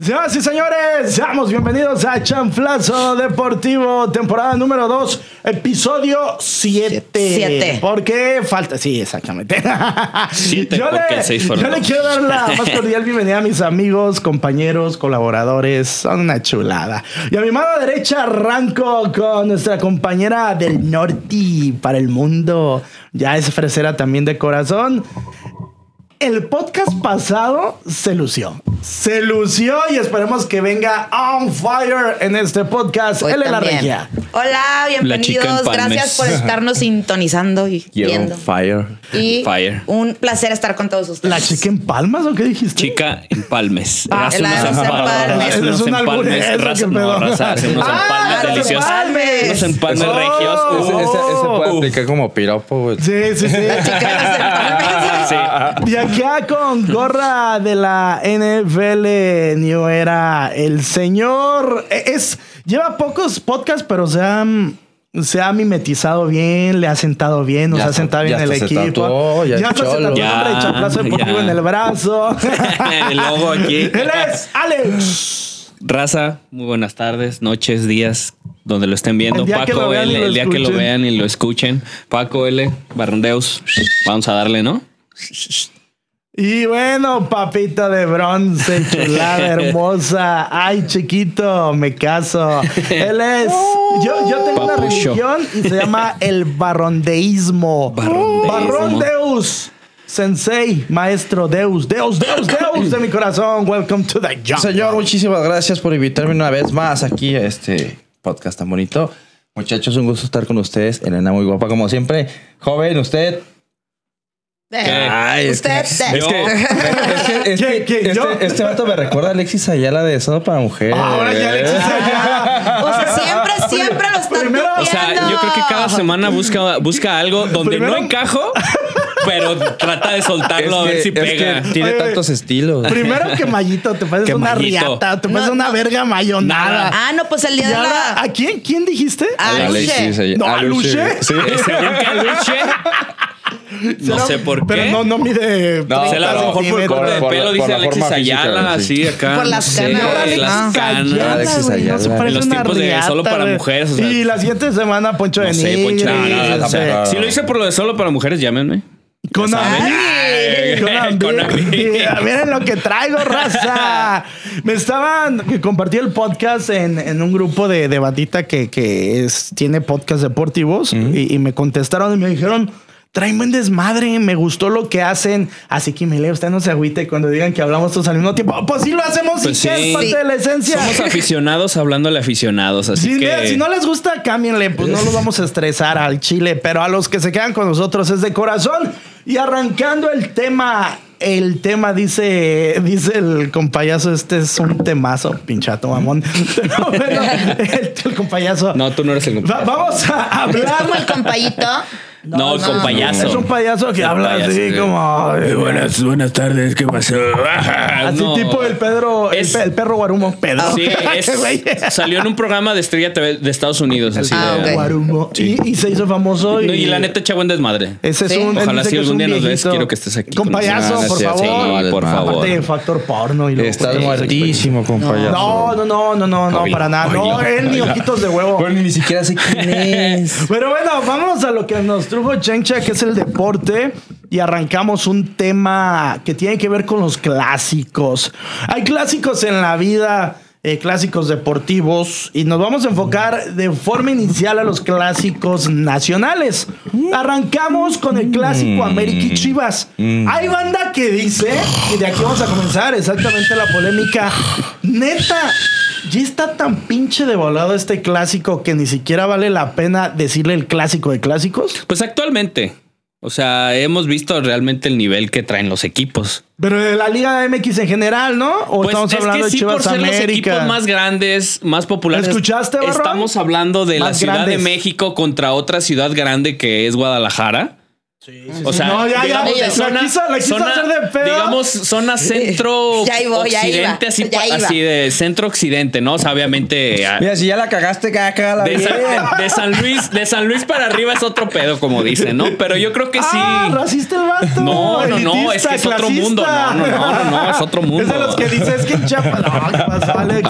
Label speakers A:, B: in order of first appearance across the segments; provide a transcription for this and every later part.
A: Señoras y señores, seamos bienvenidos a Chanflazo Deportivo, temporada número 2, episodio 7. ¿Por qué falta? Sí, exactamente.
B: 7 porque 6 fueron.
A: Yo le quiero dar la más cordial bienvenida a mis amigos, compañeros, colaboradores. Son una chulada. Y a mi mano derecha arranco con nuestra compañera del norte para el mundo. Ya es fresera también de corazón. El podcast pasado se lució y esperemos que venga on fire en este podcast. Él es la regia.
C: Hola, bienvenidos. Gracias por estarnos sintonizando y viendo. Un placer estar con todos ustedes.
A: ¿La chica en Palmas o qué dijiste?
B: Chica en Palmes.
A: Es un albures.
B: Hace unos empalmes deliciosos. Unos empalmes regios.
D: Ese puede aplicar como piropo, güey.
A: Sí.
C: La chica de los empalmes.
A: Sí. Y acá con gorra de la NFL New Era, el señor lleva pocos podcasts, pero se ha mimetizado bien, le ha sentado bien, nos ha sentado bien el equipo. Ya se tatuó el nombre de Chanflazo Deportivo en el brazo.
B: El logo aquí.
A: Él es Alex.
B: Raza, muy buenas tardes, noches, días, donde lo estén viendo.
A: Paco
B: L, el día que lo vean y lo escuchen. Paco L, Barrondeus, vamos a darle, ¿no?
A: Y bueno, papita de bronce, chulada, hermosa. Ay, chiquito, me caso. Él es... Yo tengo una religión y se llama el barrondeísmo. Barrondeus. Sensei, maestro Deus de mi corazón. Welcome to the jungle.
D: Señor, muchísimas gracias por invitarme una vez más aquí a este podcast tan bonito. Muchachos, un gusto estar con ustedes. Elena, muy guapa como siempre. Joven, usted...
C: Ay, usted.
D: Este vato me recuerda a Alexis Ayala de Solo para Mujeres.
A: Ahora ya Alexis Ayala.
C: O sea, siempre lo están tuteando.
B: O sea, yo creo que cada semana busca algo donde no encajo, pero trata de soltarlo a ver si pega.
D: Tiene tantos estilos.
A: Primero que Mayito, te pareces una riata, te pareces una verga mayonada.
C: Ah, no, pues el día de la...
A: ¿A quién dijiste?
C: A Luche.
A: No, a Luche.
D: Sí.
B: Según que Luche... No sé por qué.
A: Pero no mide.
B: No, a lo mejor por el corte de pelo dice Alexis Ayala, así acá.
C: Por las canas.
B: Las canas.
D: Alexis Ayala.
B: En los tiempos de Solo para Mujeres. O sea,
A: y la siguiente semana, Poncho de Nigris.
B: Si lo hice por lo de Solo para Mujeres, llámenme.
A: Con miren lo que traigo, raza. Compartí el podcast en un grupo de bandita que tiene podcast deportivos y me contestaron y me dijeron: traen buen desmadre, me gustó lo que hacen. Así que usted no se agüite cuando digan que hablamos todos al mismo tiempo. Pues sí lo hacemos,
B: pues
A: sí, que es parte de la esencia.
B: Somos aficionados hablándole a aficionados, así que...
A: Si no les gusta, cámbienle, pues no los vamos a estresar al chile. Pero a los que se quedan con nosotros es de corazón. Y arrancando el tema dice el compayazo, este es un temazo, pinchato mamón. El compayazo.
B: No, tú no eres el compayazo.
A: Vamos a hablar.
C: ¿Es como el compayito?
B: No, el compayazo.
A: Es un payaso que habla así como...
B: Buenas tardes, ¿qué pasó?
A: Así tipo el perro Guarumo. Pedro.
B: Sí, salió en un programa de Estrella TV de Estados Unidos. Así
C: okay.
A: Guarumo. Sí. Y se hizo famoso.
B: Y la neta echa buen desmadre.
A: Ese es
B: Ojalá si algún día nos ves, quiero que estés aquí.
A: Con payaso, por favor.
B: Sí, por favor.
A: Aparte de factor porno.
D: Estás muertísimo, con payaso.
A: No, para nada. No, él ni ojitos de huevo.
D: Bueno, ni siquiera sé quién es.
A: Pero bueno, vamos a lo que nos trujo Chencha, que es el deporte, y arrancamos un tema que tiene que ver con los clásicos. Hay clásicos en la vida, clásicos deportivos, y nos vamos a enfocar de forma inicial a los clásicos nacionales. Arrancamos con el clásico América y Chivas. Hay banda que dice, y de aquí vamos a comenzar exactamente la polémica, neta, ya está tan pinche de volado este clásico que ni siquiera vale la pena decirle el clásico de clásicos.
B: Pues actualmente, o sea, hemos visto realmente el nivel que traen los equipos.
A: Pero de la Liga MX en general, ¿no? O
B: pues
A: estamos hablando de Chivas América. Los
B: equipos más grandes, más populares.
A: ¿Escuchaste, Barrón?
B: Estamos hablando de
A: más
B: la Ciudad de México contra otra ciudad grande que es Guadalajara.
A: Sí.
B: O sea,
A: no, ya,
B: digamos,
A: la quiso hacer de pedo.
B: Digamos, zona centro-occidente, así de centro-occidente, ¿no? O sea, obviamente...
D: Mira, si ya la cagaste, cágala bien.
B: De San Luis para arriba es otro pedo, como dicen, ¿no? Pero yo creo que sí...
A: ¿Racista el vasto?
B: No, es que es otro mundo. No, es otro mundo.
A: Es de los que dices que en Chiapas... No, ¿qué pasó, Alex?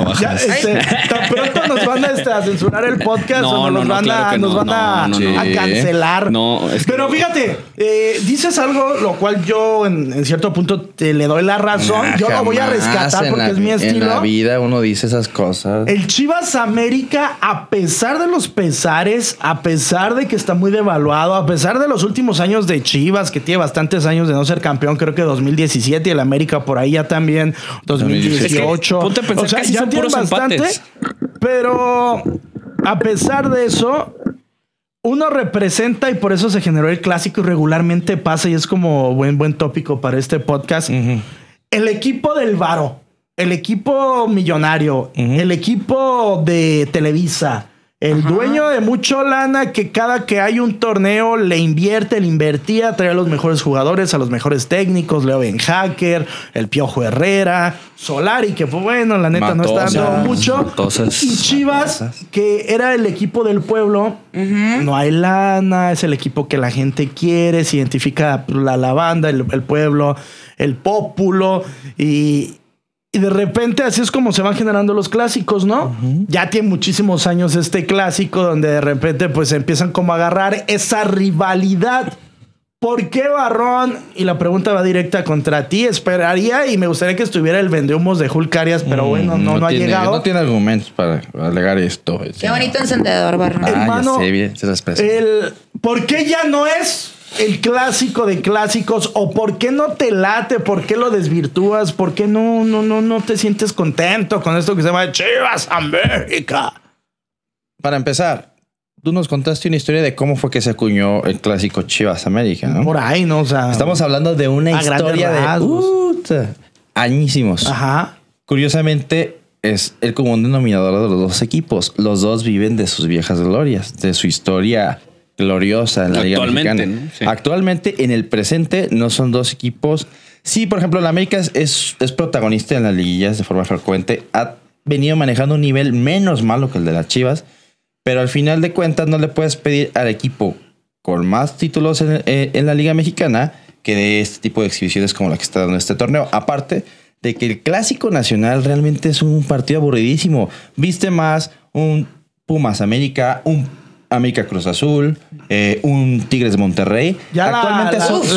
A: Tan pronto nos van a censurar el podcast o nos van a cancelar.
B: No, es que...
A: Pero fíjate, dices algo, lo cual yo en cierto punto te le doy la razón. Yo lo voy a rescatar porque es mi estilo.
D: En la vida uno dice esas cosas.
A: El Chivas América, a pesar de los pesares, a pesar de que está muy devaluado, a pesar de los últimos años de Chivas, que tiene bastantes años de no ser campeón, creo que 2017, y el América por ahí ya también 2018. Es que,
B: ponte a pensar, casi son puros empates.
A: Pero a pesar de eso, uno representa, y por eso se generó el clásico y regularmente pasa, y es como buen tópico para este podcast. El equipo del varo, el equipo millonario, el equipo de Televisa, el dueño de mucho lana que cada que hay un torneo le invertía, trae a los mejores jugadores, a los mejores técnicos, Leo Ben Hacker, el Piojo Herrera, Solari, que pues bueno, la neta no está dando mucho. Y Chivas, que era el equipo del pueblo, no hay lana, es el equipo que la gente quiere, se identifica la banda, el pueblo, el pópulo, y de repente así es como se van generando los clásicos, ¿no? Ya tiene muchísimos años este clásico donde de repente pues empiezan como a agarrar esa rivalidad. ¿Por qué, Barrón? Y la pregunta va directa contra ti. Esperaría y me gustaría que estuviera el vendehumos de Hulk Arias, pero bueno, no ha llegado.
D: No tiene argumentos para alegar esto.
C: Qué bonito encendedor, Barrón.
A: Hermano,
D: ya sé, bien, se lo expreso.
A: ¿Por qué ya no es el clásico de clásicos? ¿O por qué no te late? ¿Por qué lo desvirtúas? ¿Por qué no te sientes contento con esto que se llama Chivas América?
D: Para empezar, tú nos contaste una historia de cómo fue que se acuñó el clásico Chivas América, ¿no?
A: Por ahí, ¿no? O sea,
D: estamos hablando de una historia de añísimos.
A: Ajá.
D: Curiosamente, es el común denominador de los dos equipos. Los dos viven de sus viejas glorias, de su historia gloriosa en la Liga Mexicana. ¿No? Sí. Actualmente, en el presente, no son dos equipos. Sí, por ejemplo, el América es protagonista en las liguillas de forma frecuente. Ha venido manejando un nivel menos malo que el de las Chivas, pero al final de cuentas no le puedes pedir al equipo con más títulos en la Liga Mexicana que de este tipo de exhibiciones como la que está dando este torneo. Aparte de que el Clásico Nacional realmente es un partido aburridísimo. Viste más un Pumas América, un América Cruz Azul, un Tigres Monterrey.
A: Ya actualmente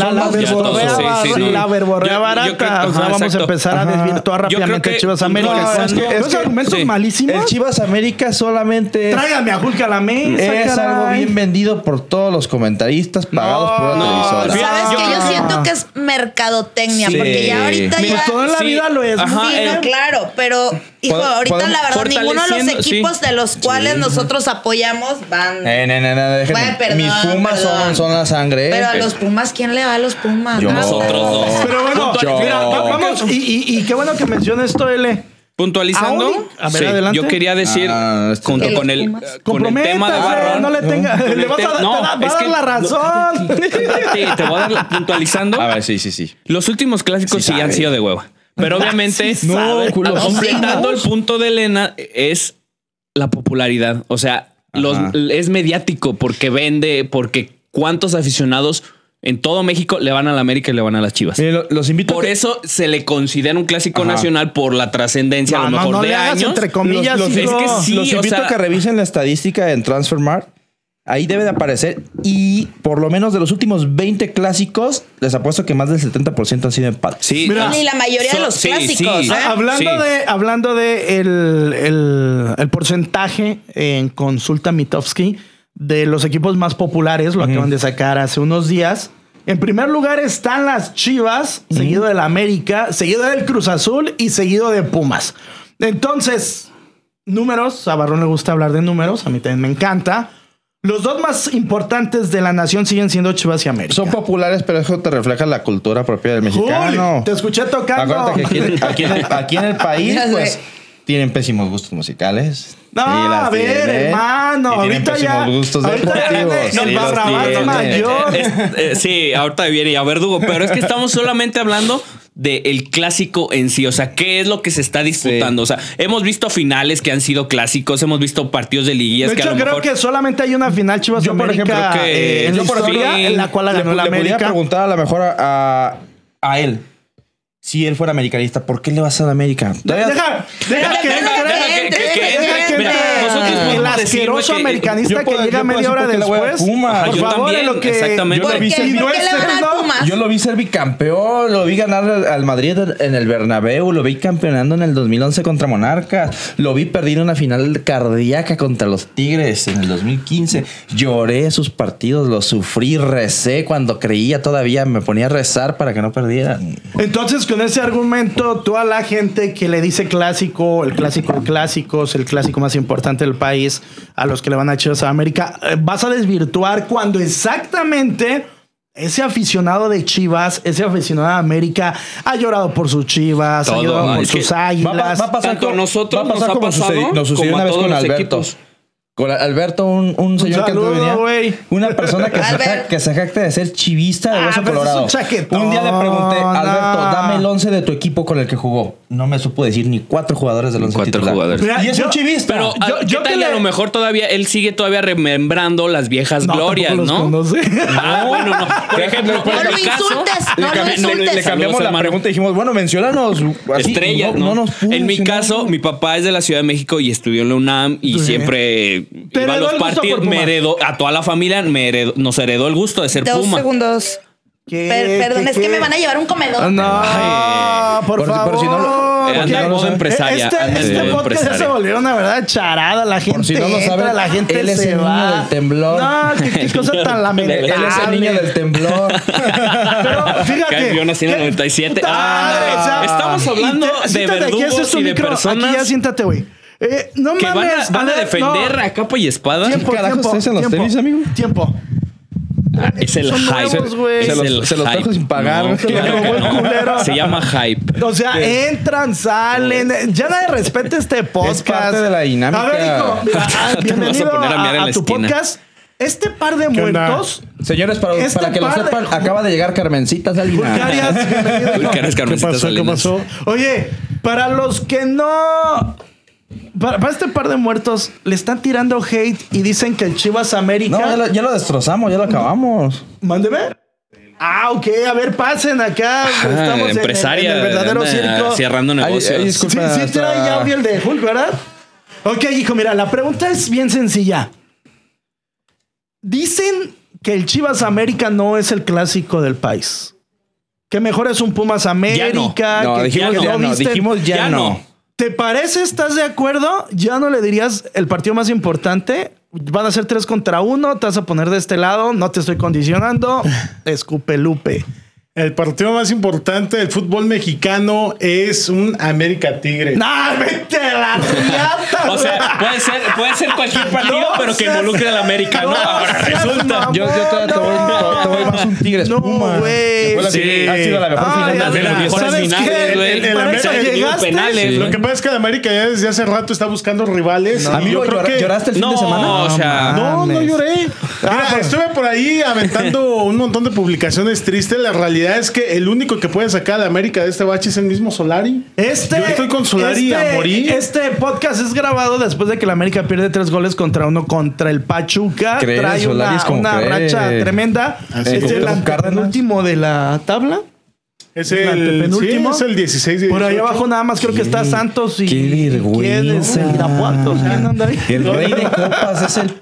A: la verborrea barata. Vamos a empezar a desvirtuar rápidamente Chivas América. Es que argumentos malísimos.
D: El Chivas América solamente
A: tráigame a Hulk a la mesa.
D: Es algo bien vendido por todos los comentaristas pagados por la televisora.
C: Sabes que yo siento que es mercadotecnia, porque ya ahorita
A: toda la vida lo es.
C: Claro, pero hijo, ahorita la verdad ninguno de los equipos de los cuales nosotros apoyamos van.
D: Mis Pumas son la sangre.
C: Pero a los Pumas, ¿quién le va a los Pumas?
B: Nosotros dos.
A: Pero bueno, mira, vamos. Y qué bueno que menciones esto, L.
B: Puntualizando,
A: a ver, adelante.
B: Yo quería decir, junto con el tema de Barrón,
A: no le tenga, le vas a dar la razón.
B: Te voy a dar puntualizando.
D: A ver, sí.
B: Los últimos clásicos sí han sido de hueva. Pero obviamente, completando el punto de Elena, es la popularidad. O sea, es mediático porque vende, porque cuántos aficionados en todo México le van a la América y le van a las Chivas.
D: Mire, los invito
B: por eso se le considera un clásico nacional por la trascendencia a lo mejor de años.
A: Entre comillas,
D: los invito a que revisen la estadística en Transfermarkt. Ahí debe de aparecer. Y por lo menos de los últimos 20 clásicos, les apuesto que más del 70% han sido empates.
B: Sí.
C: Mira, y la mayoría de los clásicos.
A: Hablando de el porcentaje en consulta Mitofsky de los equipos más populares, lo acaban de sacar hace unos días. En primer lugar están las Chivas, seguido del América, seguido del Cruz Azul y seguido de Pumas. Entonces, números. A Barrón le gusta hablar de números. A mí también me encanta. Los dos más importantes de la nación siguen siendo Chivas y América.
D: Son populares, pero eso te refleja la cultura propia del mexicano.
A: Te escuché tocando.
D: Acuérdate que aquí en el país, pues, tienen pésimos gustos musicales.
A: No, a ver, hermano. Ahorita ya. El Barrabás mayor.
B: Sí, ahorita viene ya Verdugo. Pero es que estamos solamente hablando del clásico en sí. O sea, ¿qué es lo que se está disputando? Sí. O sea, hemos visto finales que han sido clásicos. Hemos visto partidos de liguillas.
A: De hecho,
B: que
A: creo que solamente hay una final Chivas América, por ejemplo, que en la historia en la cual la ganó la América.
D: Le podría preguntar a lo mejor a él. Si él fuera americanista, ¿por qué le vas a la América?
A: Deja que el asqueroso americanista que llega media hora después.
B: Por favor, en lo que
C: exactamente.
D: Yo lo vi ser bicampeón, lo vi ganar al Madrid en el Bernabéu, lo vi campeonando en el 2011 contra Monarcas, lo vi perdiendo una final cardíaca contra los Tigres en el 2015. Lloré sus partidos, los sufrí, recé cuando creía todavía, me ponía a rezar para que no perdieran.
A: Entonces, con ese argumento, toda la gente que le dice clásico, el clásico de clásicos, el clásico más importante del país, a los que le van a Chivas a América, vas a desvirtuar cuando exactamente ese aficionado de Chivas, ese aficionado de América ha llorado por sus Chivas, ha llorado por sus Águilas.
B: Va a pasar tanto a nosotros nos ha pasado
D: nos sucedió una vez con Alberto. Equipos. Con Alberto, un señor
A: saludo,
D: que venía, una persona que se jacta de ser chivista de hueso colorado. Un día le pregunté, Alberto, dame el 11 de tu equipo con el que jugó. No me supo decir ni 4 jugadores del 11 titular.
B: Mira, y es un chivista. Pero yo que a lo mejor todavía él sigue todavía remembrando las viejas glorias, ¿no?
A: Bueno,
B: no. Por ejemplo,
D: le cambiamos la pregunta y dijimos, bueno, menciónanos
B: estrellas, ¿no? En mi caso, mi papá es de la Ciudad de México y estudió en la UNAM y siempre iba a los partidos, me heredó, a toda la familia nos heredó el gusto de ser Puma.
C: 2 segundos. Perdón, es que me van a llevar un comedor.
A: No, por favor.
D: Por si no
B: lo empresaria.
A: Este podcast ya se volvió una verdad charada. La gente
D: por si no lo saben,
A: la gente
D: él es el niño del temblor.
A: No, qué cosa tan lamentable.
D: Él es el niño del temblor.
A: Pero fíjate.
B: Yo nací en el 97. Estamos hablando de verdugos y de personas.
A: Aquí ya siéntate, güey. No
B: que
A: mames.
B: Van a defender a capa y espada.
A: ¿Qué
D: carajo ustedes en los tenis, amigo?
A: Tiempo.
B: Es el hype.
D: Se los trajo sin pagar.
B: No, claro se llama hype.
A: O sea, entran, salen. Ya nadie respeta este podcast.
D: Es parte de la dinámica.
A: A ver, hijo, bienvenido a tu podcast. Este par de muertos.
D: Señores, para que lo sepan, acaba de llegar Carmencita Salinas.
A: ¿Qué pasó? Oye, para los que no... Para este par de muertos le están tirando hate y dicen que el Chivas América...
D: No, ya lo destrozamos, ya lo acabamos.
A: Mándeme. Ok, a ver, pasen acá. Estamos
B: empresaria,
A: en el verdadero circo.
B: Cerrando negocios.
A: Sí, trae ya audio el de Hulk, ¿verdad? Ok, hijo, mira, la pregunta es bien sencilla. Dicen que el Chivas América no es el clásico del país. Que mejor es un Pumas América.
D: Dijimos ya no.
A: ¿Te parece? ¿Estás de acuerdo? ¿Ya no le dirías el partido más importante? Van a ser 3 contra 1. Te vas a poner de este lado. No te estoy condicionando. Escupe Lupe.
E: El partido más importante del fútbol mexicano es un América Tigre.
A: ¡No, vete a la riata!
B: O sea, puede ser cualquier partido, pero que involucre al América. No, ahora resulta.
D: Yo te voy más un Tigres Puma.
A: Güey.
D: Ha sido la mejor final
B: de las mejores finales, güey.
A: El América llegaste.
E: Penales. Lo que pasa es que el América ya desde hace rato está buscando rivales.
D: Amigo, ¿lloraste el fin de semana?
E: No lloré. Mira, estuve por ahí aventando un montón de publicaciones tristes. La realidad es que el único que puede sacar de América de este bache es el mismo Solari. Yo estoy con Solari a morir.
A: Este podcast es grabado después de que la América pierde 3 goles contra 1 contra el Pachuca. Trae una racha tremenda. Es el antepenúltimo de la tabla.
E: Es el penúltimo. Sí, es el 16.
A: Por ahí abajo nada más creo que está Santos y...
D: ¡Qué vergüenza!
A: ¿Quién es Irapuato? ¿Quién anda ahí?
D: El rey de copas es el...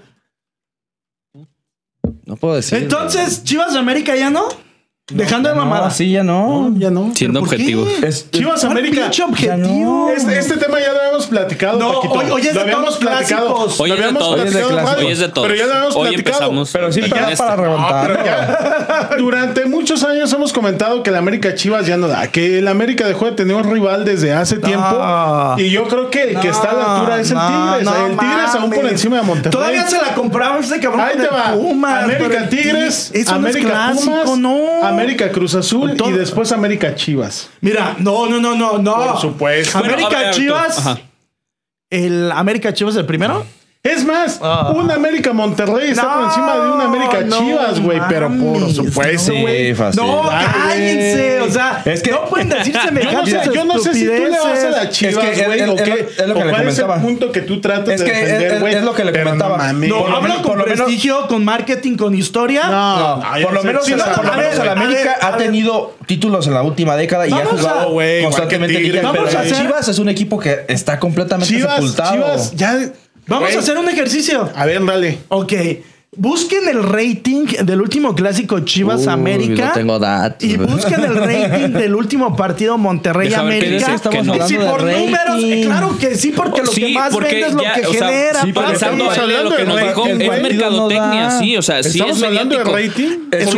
D: No puedo decir.
A: Entonces, ¿Chivas de América ya no? Dejando de mamada.
D: Sí, ya no.
B: Siendo objetivo.
E: Chivas América.
A: Objetivo.
E: Este tema ya lo habíamos platicado.
A: No, hoy es de todos clásicos.
B: Hoy es de todos.
E: Pero ya lo habíamos platicado.
B: Empezamos.
D: Pero sí para remontar.
E: Durante muchos años hemos comentado que el América Chivas ya no da. Que el América dejó de tener un rival desde hace tiempo. Y yo creo que el que está a la altura es el Tigres. El Tigres aún por encima de Monterrey.
A: Todavía se la compraba ese cabrón.
E: Ahí te va. América Tigres. América Pumas.
A: No.
E: América Cruz Azul y después América Chivas.
A: Mira, no.
E: Por supuesto.
A: América Chivas ¿El América Chivas el primero?
E: Es más, un América Monterrey está por encima de un América Chivas, güey. Pero por supuesto, güey.
A: No, cállense. O sea, es que no pueden decir semejantes.
E: Yo no sé si tú le vas a la Chivas, güey, o qué. Es lo que le comentaba. Es el punto que tú tratas de defender, güey.
D: Es lo que le comentaba.
A: No, hablo con prestigio, con marketing, con historia.
D: No, por lo menos el América ha tenido títulos en la última década y ha jugado constantemente. Pero Chivas es un equipo que está completamente sepultado.
E: Chivas ya...
A: Vamos a hacer un ejercicio.
E: A ver, dale.
A: Ok. Busquen el rating del último clásico Chivas América.
D: No tengo datos.
A: Y busquen el rating del último partido Monterrey América.
D: Y
A: si por números, claro que sí, porque lo que más vende es lo que genera.
B: Sí, pensando en lo que nos dijo, es mercadotecnia, sí. O sea, sí es
E: hablando de rating.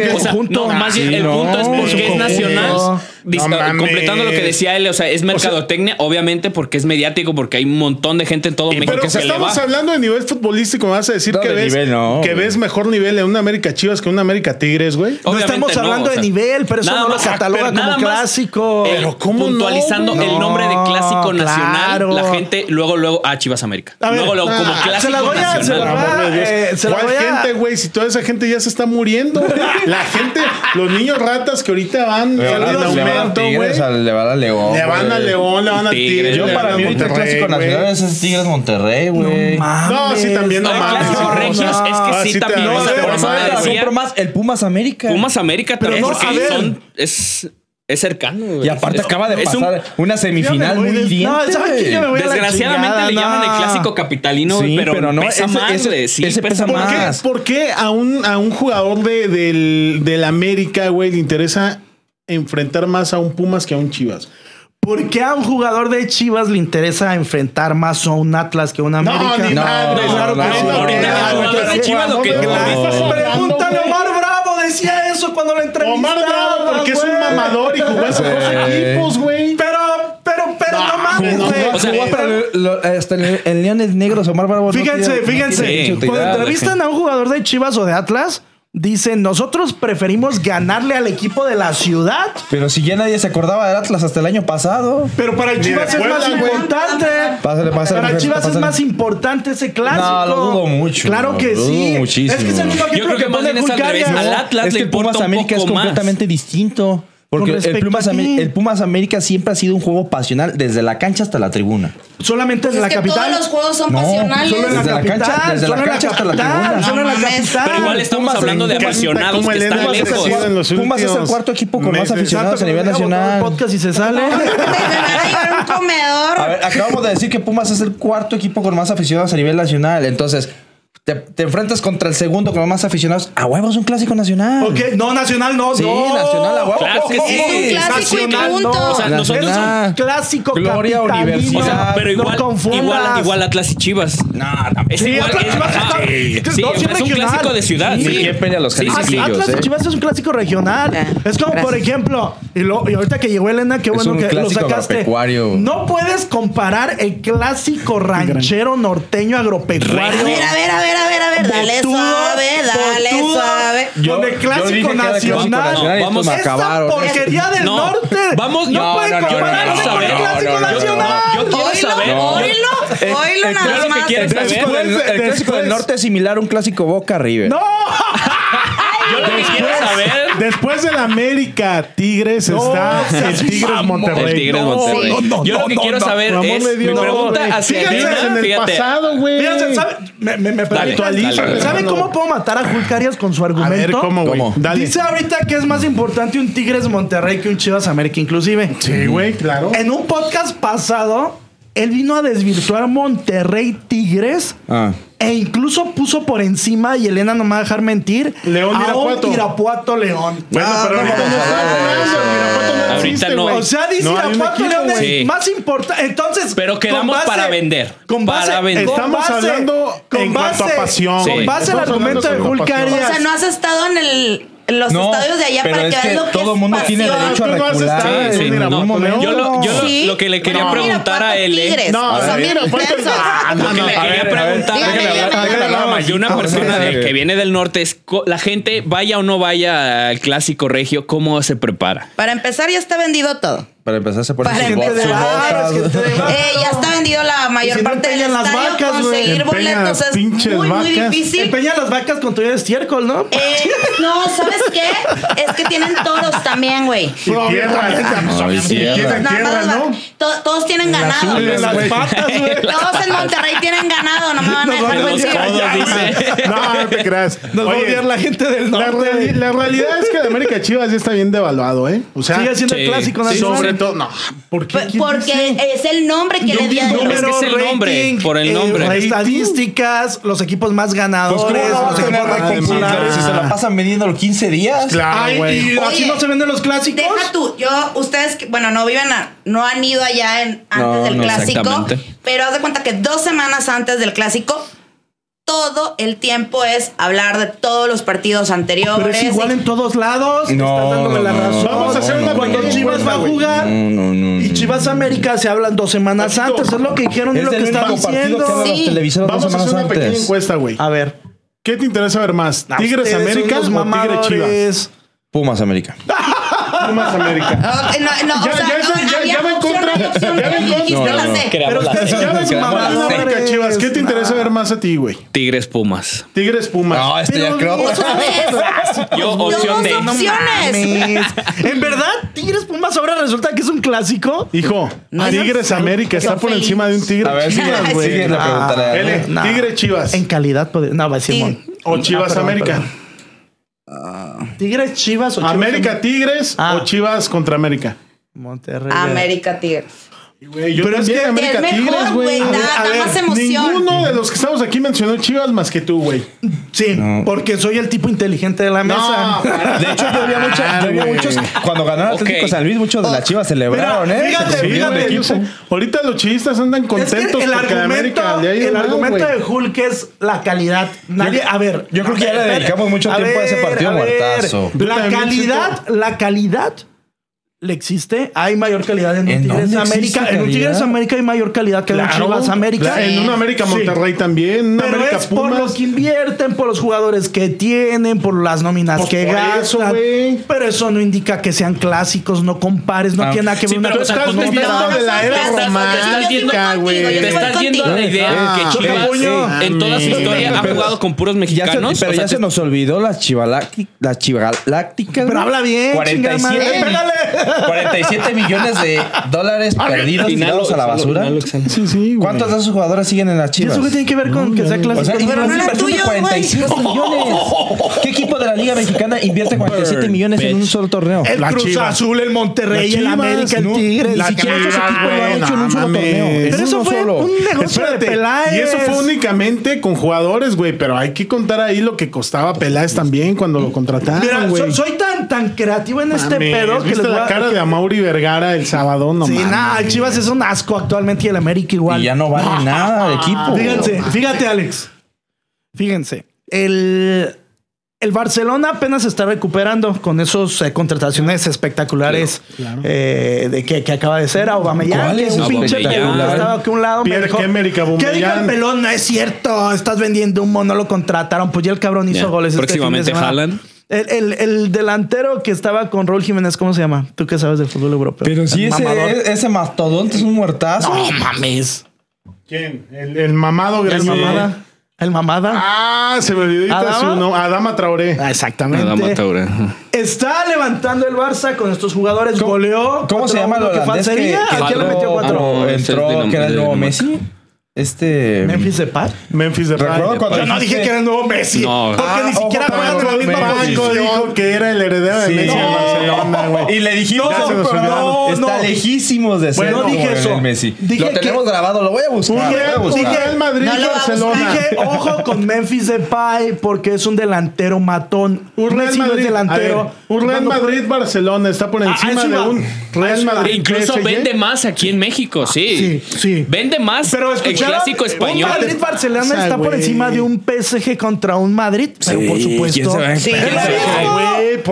B: No, más bien el punto es porque es nacional. Completando lo que decía él, o sea, es mercadotecnia, obviamente, porque es mediático, porque hay un montón de gente en todo México que se le va.
E: Estamos hablando de nivel futbolístico, me vas a decir que ves mejor nivel en una América Chivas que en una América Tigres, güey.
A: No estamos hablando de nivel, pero eso no lo cataloga como clásico.
B: Pero ¿cómo puntualizando el nombre de clásico nacional, la gente luego Chivas América. Luego como clásico nacional.
E: ¿Cuál gente, güey? Si toda esa gente ya se está muriendo. La gente, los niños ratas que ahorita van
D: le van a León.
E: Le van a León, le van a Tigres.
D: Yo para mí ahorita el clásico nacional es Tigres Monterrey, güey.
E: No, sí, también no mames.
B: Clásico regios es que sí también.
D: Compro más el Pumas América.
B: Pumas América también porque es cercano, güey.
D: Y aparte acaba de pasar una semifinal muy bien.
B: Desgraciadamente le llaman el clásico capitalino, pero no pesa más, güey. Sí, pesa más.
E: ¿Por qué a un jugador del América, güey, le interesa enfrentar más a un Pumas que a un Chivas?
A: ¿Por qué a un jugador de Chivas le interesa enfrentar más a un Atlas que a un América? Pregúntale a Omar Bravo, decía eso cuando lo entrevistaba.
E: Omar Bravo, porque es un mamador y jugó en esos dos equipos, güey.
A: Pero no mames, güey.
D: O sea, hasta en Leones Negros, Omar Bravo.
A: Fíjense. Cuando entrevistan a un jugador de Chivas o de Atlas, dicen, nosotros preferimos ganarle al equipo de la ciudad.
D: Pero si ya nadie se acordaba del Atlas hasta el año pasado.
A: Pero para el Chivas es más importante. Para Chivas es más importante ese clásico.
D: No, lo dudo mucho.
A: Claro que sí.
D: Muchísimo.
A: Es que es el mismo ejemplo que pone Julcaria.
B: Al Atlas le importa un
D: América
B: poco
D: es completamente distinto. Porque el Pumas América siempre ha sido un juego pasional desde la cancha hasta la tribuna.
A: Solamente en la capital.
C: Todos los juegos son pasionales.
A: Solo en la capital.
D: Desde la cancha hasta la tribuna.
A: Solo en la capital.
B: Pero igual estamos hablando de apasionados que están lejos.
D: Pumas es el cuarto equipo con más aficionados a nivel nacional.
A: Podcast y se sale.
C: Un comedor.
D: A ver, acabamos de decir que Pumas es el cuarto equipo con más aficionados a nivel nacional. Entonces, te enfrentas contra el segundo con los más aficionados. A huevo es un clásico nacional.
A: Ok, no, nacional no.
D: Sí, nacional a huevo.
B: Claro que sí.
C: Es un clásico
A: nacional,
C: y punto.
A: no.
B: O sea, nosotros
A: es un clásico
D: Gloria Universidad.
B: O sea, pero
A: no
B: igual Atlas y Chivas.
D: No,
B: es igual. Es un clásico de ciudad.
D: Sí. ¿Quién pelea los jalisquillos?
A: Atlas y Chivas es un clásico regional. Es como, por ejemplo, y ahorita que llegó Elena, qué bueno que lo sacaste.
D: Agropecuario.
A: No puedes comparar el clásico ranchero norteño agropecuario.
C: A ver, dale suave.
A: Con el clásico nacional.
D: Vamos a acabar.
A: Porquería del norte.
B: Vamos,
A: no pueden compararse con el clásico nacional.
B: Yo quiero saber.
C: Oílo nada más.
D: El clásico del norte es similar a un clásico Boca River.
A: ¡No!
B: Yo lo que quiero saber.
E: Después del América Tigres está el Tigres Monterrey.
B: El Tigres Monterrey. Yo lo que quiero saber es. Mi pregunta hacia
E: Fíjense en el pasado, güey.
A: Fíjense, ¿saben cómo puedo matar a Julcarias con su argumento?
E: A ver, ¿cómo, güey?
A: Dice ahorita que es más importante un Tigres Monterrey que un Chivas América, inclusive.
E: Sí, güey, claro.
A: En un podcast pasado, él vino a desvirtuar Monterrey Tigres. E incluso puso por encima, y Elena no me va a dejar mentir,
E: León
A: Irapuato León.
E: Bueno, pero
B: ahorita no.
A: O sea, dice Irapuato León es más importante. Entonces,
B: pero quedamos para vender.
E: Estamos hablando en cuanto a pasión.
A: Con base al argumento de Julcarias.
C: O sea, no has estado en los estadios de allá para que veas lo que
D: todo el mundo tiene derecho a recular.
B: Yo lo que le quería preguntar a él es...
C: No, mira,
B: lo que le quería preguntar a una persona que viene del norte es la gente, vaya o no vaya al clásico regio, ¿cómo se prepara?
C: Para empezar, ya está vendido todo.
D: Para empezar, se pone
C: ya está vendido la mayor parte del estadio. Vacas, conseguir boletos es muy difícil.
A: Empeñan las vacas con todo el estiércol, ¿no?
C: No, ¿sabes qué? Es que tienen toros también, güey.
E: Todos
C: tienen ganado.
A: Las patas, güey.
C: Todos en Monterrey tienen ganado. No me van a dejar mentir.
E: No te creas.
A: Nos va a odiar la gente del norte.
E: La realidad es que el América Chivas ya está bien devaluado, ¿eh?
A: O sea, sigue siendo el clásico nacional.
E: Sobre todo, no.
C: ¿Por qué? Porque es el nombre que le dio.
B: Es que es el nombre, por el nombre.
A: Estadísticas, los equipos más ganadores, los equipos más populares.
D: Si se la pasan vendiendo los 15 días.
E: Claro, güey.
A: ¿Y así no se venden los clásicos?
C: Deja tú. Ustedes, bueno, no han ido allá antes del clásico. Pero haz de cuenta que 2 semanas antes del clásico, todo el tiempo es hablar de todos los partidos anteriores.
A: Pero es igual en todos lados. Estás dándome la razón.
E: Vamos a hacer una
A: cuando Chivas va a jugar. Y Chivas América se hablan 2 semanas antes. Es lo que dijeron y lo que está diciendo.
E: Vamos a hacer una pequeña encuesta, güey.
A: A ver.
E: ¿Qué te interesa ver más? ¿Tigres América o Tigres Chivas?
D: Pumas América.
E: Pumas América. Ya va en contra.
A: Pero ustedes
E: América Chivas. ¿Qué te interesa ver más a ti, güey?
B: Tigres Pumas.
E: Tigres Pumas.
D: No, ya creo.
B: Yo opción de
C: opciones.
A: En verdad, Tigres Pumas ahora resulta que es un clásico.
E: Hijo, Tigres América está por encima de un Tigre Chivas, güey. Tigre Chivas.
A: En calidad, no, va a decir Mon.
E: O Chivas América.
A: Tigres Chivas o Chivas
E: América Tigres o Chivas contra América.
A: Monterrey.
C: Tamérica Tigres.
E: Güey, pero es que
C: América Tigres, güey. Da más emoción.
E: Ninguno de los que estamos aquí mencionó Chivas más que tú, güey.
A: Sí, porque soy el tipo inteligente de la mesa.
D: De hecho, yo había muchos. Cuando ganaron Atlético San Luis, muchos de las Chivas celebraron,
E: Fíjate. Ahorita los chivistas andan contentos porque América
A: el argumento de Hulk es la calidad.
D: Yo creo que ya le dedicamos mucho tiempo a ese partido muertazo.
A: La calidad le existe. Hay mayor calidad en un Tigres América. En un Tigres América hay mayor calidad que en un Chivas América.
E: En un América Monterrey también.
A: Pero
E: América
A: es por lo que invierten, por los jugadores que tienen, por las nóminas que gastan. Pero eso no indica que sean clásicos. No compares. No tiene nada que ver una cosa con otra.
E: De la era romántica, güey.
B: Te estás yendo la idea que Chivas en toda su historia ha jugado con puros mexicanos.
D: Pero ya se nos olvidó las Chivalácticas.
A: Pero habla bien.
D: 47 millones de dólares perdidos y tirados a la basura.
E: Sí,
D: ¿Cuántos de esos jugadores siguen en las Chivas?
A: ¿Y eso qué tiene que ver con que sea clásico?
C: Pero no era tuyo,
D: 47 millones. ¿Qué equipo de la Liga Mexicana invierte 47 millones en un solo torneo?
A: El Cruz Azul, el Monterrey, el América, el Tigres.
D: Ni siquiera esos equipos lo han hecho en un solo torneo.
A: Pero eso fue un negocio de Peláez.
E: Y eso fue únicamente con jugadores, güey. Pero hay que contar ahí lo que costaba Peláez también cuando lo contrataron, güey.
A: Soy tan creativo en este pedo que
E: ¿viste la cara de Amaury Vergara el sábado? No mames.
A: Sí, nada, el Chivas es un asco actualmente y el América igual.
D: Y ya no vale nada de equipo.
A: Fíjate, Alex. Fíjense. El Barcelona apenas se está recuperando con esos contrataciones espectaculares de que acaba de ser a Aubameyang. Que un pinche pelón que estaba aquí a un lado. ¿Qué dijo el pelón? No es cierto. Estás vendiendo humo, no lo contrataron. Pues ya el cabrón hizo goles.
B: Próximamente Haaland.
A: El delantero que estaba con Raúl Jiménez, ¿cómo se llama? Tú que sabes del fútbol europeo.
D: Pero sí, ese mastodonte es un muertazo.
A: No mames.
E: ¿Quién? El mamado Grecia.
A: El mamada.
E: Se me olvidó su nombre. Adama Traoré.
A: Exactamente.
B: Adama Traoré.
A: Está levantando el Barça con estos jugadores. Goleó.
D: ¿Cómo se llama el holandés que
A: le metió 4?
D: Entró, que era el nuevo Messi.
A: Memphis Depay.
E: Cuando
A: no dije que era el nuevo Messi. No. Porque ni siquiera juegan en la misma posición.
E: Dijo que era el heredero de Messi en Barcelona, güey.
D: Y le dijimos, está lejísimos de ser.
A: No dije eso.
D: Messi. Lo tenemos grabado, lo voy a buscar.
E: Dije el Madrid Barcelona.
A: Dije, ojo con Memphis Depay porque es un delantero matón.
E: Un Real Madrid delantero. Un Real Madrid Barcelona está por encima de un Real Madrid.
B: Incluso vende más aquí en México, sí. Vende más. Pero clásico español.
A: Un Madrid-Barcelona está por encima de un PSG contra un Madrid. Pero por supuesto.
E: Por eso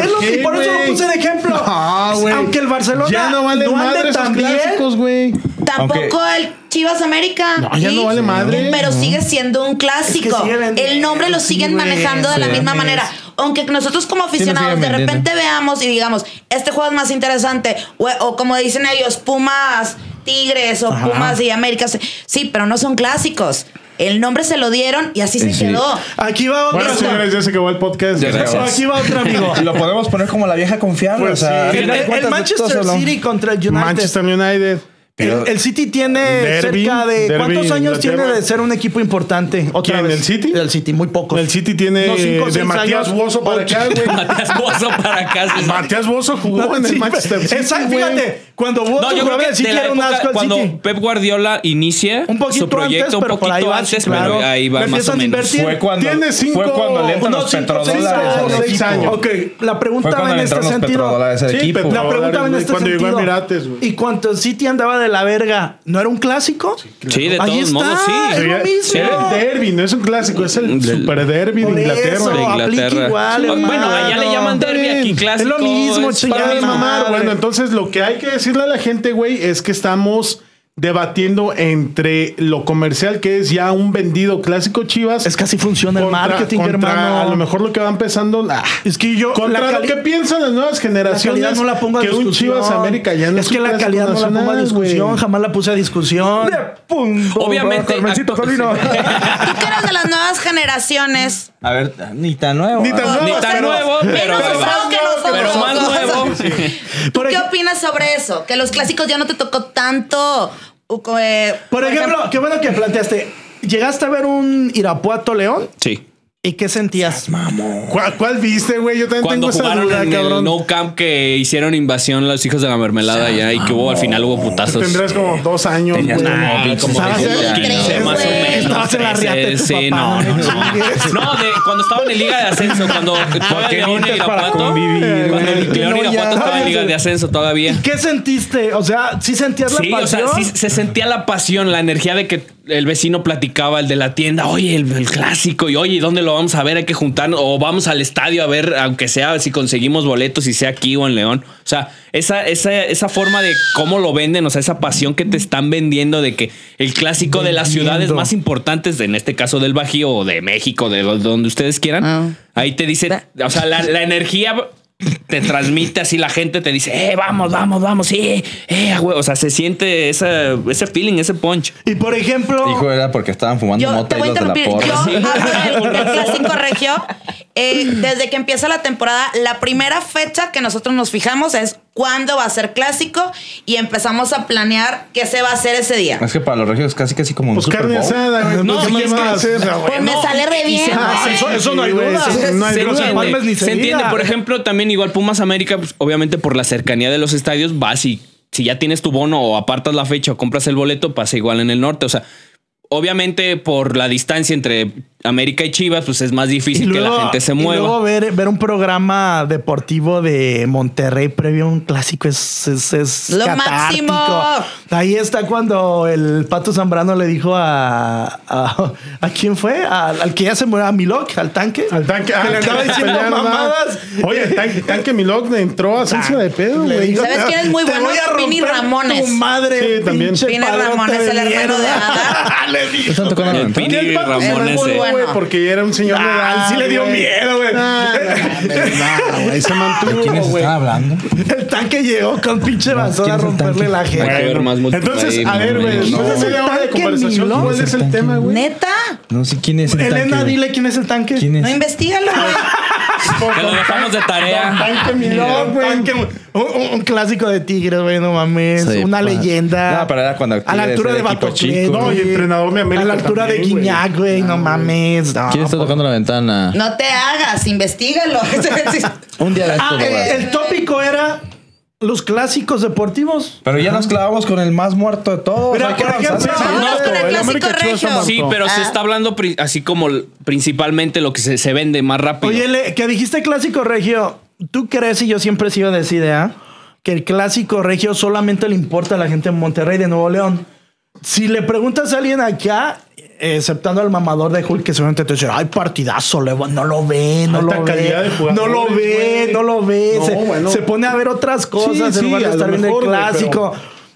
E: lo
A: puse de ejemplo. Aunque el Barcelona
E: ya no vale madre esos clásicos, güey.
C: Tampoco el Chivas América.
E: No, ya no vale madre.
C: Pero sigue siendo un clásico. Es que el nombre lo siguen manejando de la misma manera. Aunque nosotros como aficionados de repente veamos y digamos, este juego es más interesante. O como dicen ellos, Pumas, Tigres o Pumas y América. Sí, pero no son clásicos. El nombre se lo dieron y así se quedó.
A: Aquí va otro.
E: Bueno, señores, ya se acabó el podcast.
A: Aquí va otro amigo.
D: Lo podemos poner como la vieja confiable.
A: Pues, o sea, el Manchester City contra el United.
E: Manchester United.
A: El City tiene cerca de... ¿Cuántos años tiene de ser un equipo importante?
E: ¿Quién? ¿El City?
A: El City, muy pocos.
E: El City tiene de Matías Bozo para acá, güey.
B: Matías Bozo para acá.
E: Matías Bozo jugó en el Manchester City.
A: Exacto, fíjate. Cuando Bozo jugaba en el City era un asco el City.
B: Cuando Pep Guardiola inicia su proyecto un poquito antes, pero ahí va más o menos.
D: Fue cuando le entran los petrodólares.
E: 6 años.
A: Ok, la pregunta va en este sentido.
E: Sí,
A: la pregunta va en este
E: cuando
A: sentido.
E: llegó a Emirates, güey.
A: Y cuando el City andaba de la verga, ¿no era un clásico?
B: Sí, de todos modos, sí.
A: Es lo mismo.
E: Era el derbi, no es un clásico, es el super derbi de
A: Inglaterra.
B: Igual, bueno, allá le llaman derbi, aquí clásico.
A: Es lo mismo,
E: mamar. Bueno, entonces lo que hay que decirle a la gente, güey, es que estamos debatiendo entre lo comercial, que es ya un vendido clásico Chivas.
A: Es que así funciona el marketing, hermano.
E: A lo mejor lo que va empezando.
A: Es que yo.
E: Contra lo que piensan las nuevas generaciones.
A: La calidad no la pongo a
E: que
A: discusión.
E: Un Chivas América ya no
A: es que la calidad no la pongo a discusión. Wey. Jamás la puse a discusión.
B: Obviamente.
C: Tú que eres de las nuevas generaciones.
D: A ver, ni tan nuevo.
B: Ni tan nuevo, pero más nuevo.
C: ¿Tú qué opinas sobre eso? Que los clásicos ya no te tocó tanto.
A: Por ejemplo, qué bueno que planteaste. ¿Llegaste a ver un Irapuato León?
B: Sí.
A: ¿Y qué sentías?
E: ¿Cuál viste, güey? Yo también
B: cuando
E: tengo esa
B: jugaron
E: duda,
B: en
E: cabrón.
B: el No Camp que hicieron invasión los hijos de la mermelada allá y que hubo al final hubo putazos.
E: Tendrás como 2 años.
B: Tenías como 15 más o menos.
A: Estabas en la riata de tu
B: sí,
A: papá.
B: No, cuando estaban en Liga de Ascenso, cuando León y Irapuato. Cuando León y Irapuato estaban en Liga de Ascenso todavía.
A: ¿Qué sentiste? O sea, ¿sí sentías la pasión?
B: Sí, o sea, sí se sentía la pasión, la energía de que el vecino platicaba, el de la tienda, oye, el clásico, y oye, ¿dónde lo vamos a ver? Hay que juntarnos, o vamos al estadio a ver, aunque sea, si conseguimos boletos, si sea aquí o en León. O sea, esa forma de cómo lo venden, o sea, esa pasión que te están vendiendo de que el clásico de las ciudades más importantes, en este caso del Bajío o de México, de donde ustedes quieran, ahí te dice, o sea, la energía te transmite así, la gente te dice, vamos, sí, o sea, se siente ese feeling, ese punch.
A: Y por ejemplo,
D: hijo, era porque estaban fumando mota y los de la porra.
C: Yo hablo del clásico regio. Desde que empieza la temporada, la primera fecha que nosotros nos fijamos es cuándo va a ser clásico y empezamos a planear qué se va a hacer ese día.
D: Es que para los regios casi como un
E: pues
D: Super Bowl.
E: Carne asada, güey.
B: No,
E: ¿qué más
B: va
E: a hacer?
C: Pues me sale re bien.
A: Eso no hay duda.
B: Se entiende. Por ejemplo, también igual Pumas América, pues, obviamente por la cercanía de los estadios, vas y si ya tienes tu bono o apartas la fecha o compras el boleto, pasa igual en el norte. O sea, obviamente por la distancia entre América y Chivas, pues es más difícil que la gente se mueva.
A: Y luego ver un programa deportivo de Monterrey previo a un clásico es
C: lo
A: catártico.
C: máximo.
A: Ahí está cuando el Pato Zambrano le dijo ¿a quién fue? Al que ya se murió, a Milok, al tanque.
E: Al tanque.
A: Que le andaba diciendo mamadas.
E: Oye, el tanque Milok le entró a hacerse de pedo, güey.
C: ¿Sabes quién es muy bueno? Pini Ramones.
A: Tu madre.
E: Sí, también.
C: Pini Ramones, el hermano de Ada.
D: Están tocando la
B: Pini Ramones.
E: Güey, porque ya era un señor de edad.
A: Sí le dio miedo, güey.
E: Güey, se mantuvo.
D: ¿De quiénes están hablando?
A: El tanque llegó con pinche basón a romperle la gente.
B: Hay que ver más
E: entonces, a ver, güey, después de media hora de conversación, ¿cuál es el tema, güey?
C: ¿Neta?
D: No sé quién es el tanque.
A: Elena, dile quién es el tanque.
D: ¿Quién es?
C: No, investígalo, güey.
B: Que lo dejamos de tarea.
E: Tanque Milok, güey.
A: Un clásico de Tigres, güey, no mames.
D: Sí,
A: una leyenda.
D: No, pero era cuando
A: a la altura de Batoclet.
E: No, y entrenador de América.
A: A la altura de
E: también,
A: Guiñac, güey, no mames. No,
D: ¿Quién está tocando la ventana?
C: No te hagas, investígalo.
D: Un día de esto.
A: el tópico era los clásicos deportivos.
D: Pero ya nos clavamos con el más muerto de todos.
A: Pero,
D: Hay que
A: por ejemplo,
D: avanzar.
C: Vamos con el clásico regio.
B: Sí, pero se está hablando así como principalmente lo que se vende más rápido.
A: Oye, que dijiste clásico regio. ¿Tú crees, y yo siempre he sido de esa idea, que el clásico regio solamente le importa a la gente en Monterrey de Nuevo León? Si le preguntas a alguien acá, exceptando al mamador de Hulk, que seguramente te dice, ay, partidazo, no lo ve, no lo ve, no lo ve, se pone a ver otras cosas en lugar de estar viendo el clásico.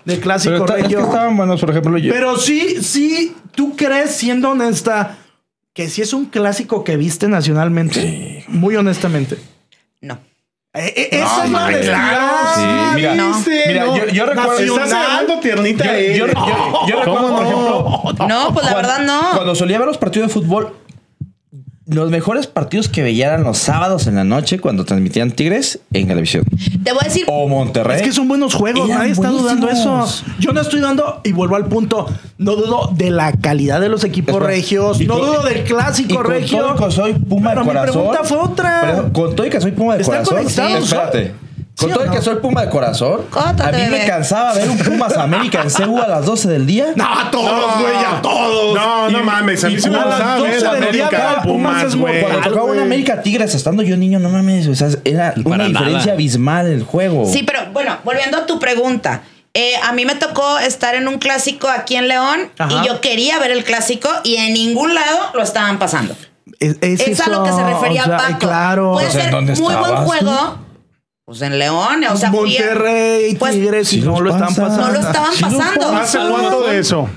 A: de clásico regio.
D: Es que estaban buenos, por ejemplo.
A: Pero sí, ¿tú crees, siendo honesta, que sí es un clásico que viste nacionalmente? Sí. Muy honestamente.
C: No.
A: Esa es la honestidad.
D: Sí, mira, yo recuerdo.
E: Estás agarrando tiernita.
D: Yo recuerdo, por ejemplo.
C: No, pues la verdad no.
D: Cuando solía ver los partidos de fútbol, los mejores partidos que veía eran los sábados en la noche cuando transmitían Tigres en Galavisión.
C: Te voy a decir.
D: O Monterrey.
A: Es que son buenos juegos, nadie está dudando eso. Yo no estoy dudando, y vuelvo al punto, no dudo de la calidad de los equipos regios, no dudo del clásico regio.
D: Con todo y que soy Puma de corazón.
A: Mi pregunta fue otra.
D: Pero con todo y que soy Puma de corazón. Espérate. Con todo y que soy Puma de corazón, a mí me cansaba ver un Pumas América en CU a las 12 del día.
A: No, a todos, güey, a todos.
E: No mames, a mí se me
A: gustaba ver la América
E: Pumas, güey.
D: Cuando tocaba una América Tigres, estando yo niño, no mames, o sea, era una diferencia abismal el juego.
C: Sí, pero bueno, volviendo a tu pregunta. A mí me tocó estar en un clásico aquí en León y yo quería ver el clásico y en ningún lado lo estaban pasando. Es a lo que se refería Paco.
A: Claro.
C: Puede ser muy buen juego. Pues en León, o sea,
A: Monterrey, Tigres,
D: si
A: no lo están pasando.
C: No lo estaban pasando.
E: ¿Hace cuánto de eso?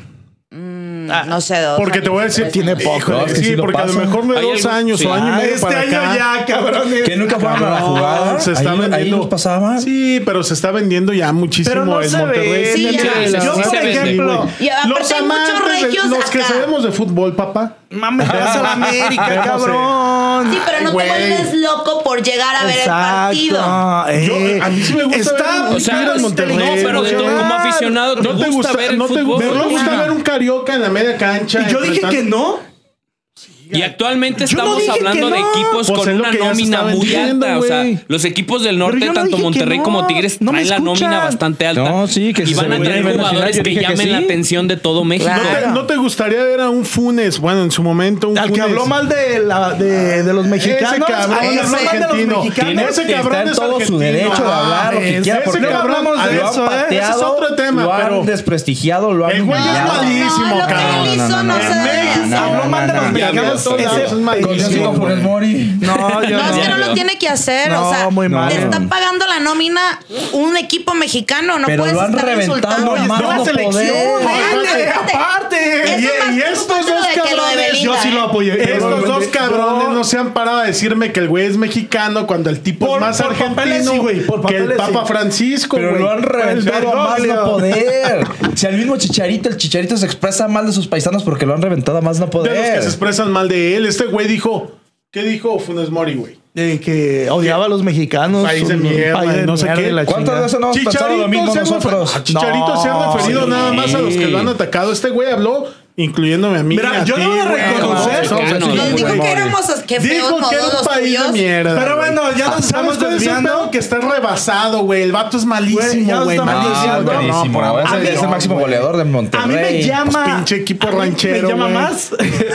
C: No sé,
E: porque te voy a decir,
A: tiene poco.
E: Sí, porque a lo mejor de 2 años o año y medio para
A: este año ya, cabrones.
D: Que nunca fueron a la jugada.
E: Se está vendiendo.
D: Ahí los pasaban.
E: Sí, pero se está vendiendo ya muchísimo el Monterrey.
C: Sí,
A: yo, por ejemplo,
E: los amantes, los que sabemos de fútbol, papá.
A: Mames, vas a la América, cabrón.
C: Sí, pero no te vuelves loco por llegar a ver el partido.
E: A mí sí me gusta ver
B: el Monterrey. No, pero tú como aficionado
E: ¿no te gusta ver el fútbol? Me gusta ver un Carioca en la media cancha.
A: Y yo dije que no.
B: Y actualmente estamos hablando de equipos con una nómina muy alta. O sea, los equipos del norte, tanto Monterrey como Tigres, traen la nómina bastante alta.
D: No, sí, que
B: y van a tener jugadores que llamen la atención de todo México.
E: ¿No te gustaría ver a un Funes? Bueno, en su momento un
A: Funes.
E: Al
A: que habló mal de los mexicanos.
E: Ese cabrón es argentino.
D: Ese cabrón es todo su derecho de hablar lo que quiera.
E: Porque hablamos de eso, ese es otro tema.
D: Lo han desprestigiado, lo han
E: el güey es malísimo, cabrón.
A: Habló mal de los mexicanos.
C: No, es que no lo tiene que hacer. O sea, te está pagando la nómina un equipo mexicano. No puedes estar insultando.
A: No selección. Aparte.
E: Y estos dos cabrones,
A: yo sí lo apoyé.
E: Estos dos cabrones no se han parado a decirme que el güey es mexicano cuando el tipo es más argentino que el Papa Francisco.
D: Pero lo han reventado a más no poder. Si al mismo Chicharito, el Chicharito se expresa mal de sus paisanos porque lo han reventado a más no poder.
E: De los que se expresan mal de él. Este güey dijo, ¿qué dijo Funes Mori, güey?
A: Que odiaba a los mexicanos.
E: País de mierda, no sé qué.
D: ¿Cuántas veces no hemos pensado lo mismo nosotros?
E: Chicharito se ha referido nada más a los que lo han atacado. Este güey habló, incluyéndome a mí.
A: Mira, yo no voy a reconocer.
C: Dijo que éramos que feos modos
E: país de mierda.
A: Pero bueno, ya nos estamos desviando.
E: Que está rebasado, güey. El vato es malísimo, güey.
D: Malísimo. Es el máximo goleador de Monterrey.
A: A mí me llama.
E: Pinche equipo ranchero.
A: Me llama más